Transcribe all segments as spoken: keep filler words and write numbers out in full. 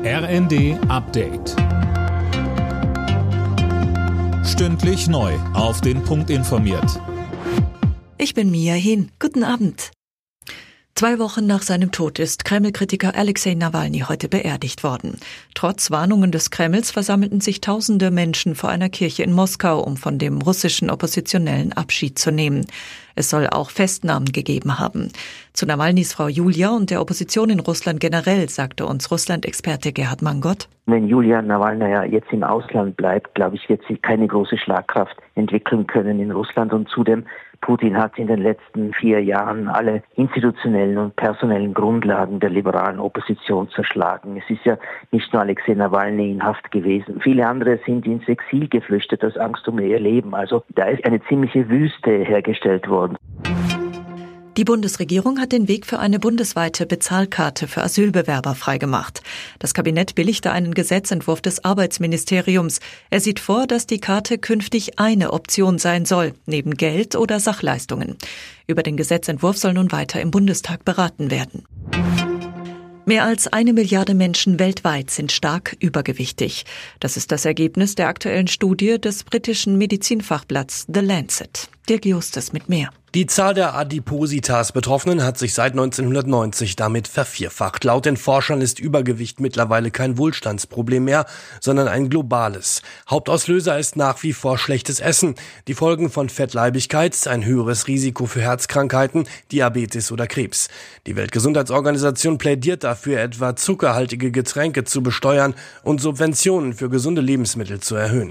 R N D Update. Stündlich neu auf den Punkt informiert. Ich bin Mia Hin. Guten Abend. Zwei Wochen nach seinem Tod ist Kreml-Kritiker Alexei Nawalny heute beerdigt worden. Trotz Warnungen des Kremls versammelten sich tausende Menschen vor einer Kirche in Moskau, um von dem russischen Oppositionellen Abschied zu nehmen. Es soll auch Festnahmen gegeben haben. Zu Nawalnys Frau Julia und der Opposition in Russland generell sagte uns Russland-Experte Gerhard Mangot: Wenn Julia Nawalny jetzt im Ausland bleibt, glaube ich, wird sie keine große Schlagkraft entwickeln können in Russland. Und zudem, Putin hat in den letzten vier Jahren alle institutionellen und personellen Grundlagen der liberalen Opposition zerschlagen. Es ist ja nicht nur Alexei Nawalny in Haft gewesen. Viele andere sind ins Exil geflüchtet aus Angst um ihr Leben. Also da ist eine ziemliche Wüste hergestellt worden. Die Bundesregierung hat den Weg für eine bundesweite Bezahlkarte für Asylbewerber freigemacht. Das Kabinett billigte einen Gesetzentwurf des Arbeitsministeriums. Er sieht vor, dass die Karte künftig eine Option sein soll, neben Geld oder Sachleistungen. Über den Gesetzentwurf soll nun weiter im Bundestag beraten werden. Mehr als eine Milliarde Menschen weltweit sind stark übergewichtig. Das ist das Ergebnis der aktuellen Studie des britischen Medizinfachblatts The Lancet. Dirk Justus mit mehr. Die Zahl der Adipositas-Betroffenen hat sich seit neunzehnhundertneunzig damit vervierfacht. Laut den Forschern ist Übergewicht mittlerweile kein Wohlstandsproblem mehr, sondern ein globales. Hauptauslöser ist nach wie vor schlechtes Essen. Die Folgen von Fettleibigkeit, ein höheres Risiko für Herzkrankheiten, Diabetes oder Krebs. Die Weltgesundheitsorganisation plädiert dafür, etwa zuckerhaltige Getränke zu besteuern und Subventionen für gesunde Lebensmittel zu erhöhen.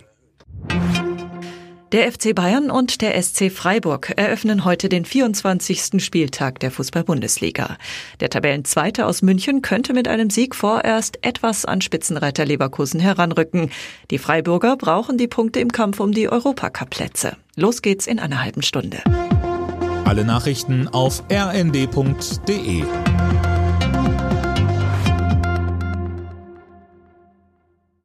Der F C Bayern und der S C Freiburg eröffnen heute den vierundzwanzigsten Spieltag der Fußball-Bundesliga. Der Tabellenzweite aus München könnte mit einem Sieg vorerst etwas an Spitzenreiter Leverkusen heranrücken. Die Freiburger brauchen die Punkte im Kampf um die Europacup-Plätze. Los geht's in einer halben Stunde. Alle Nachrichten auf r n d punkt d e.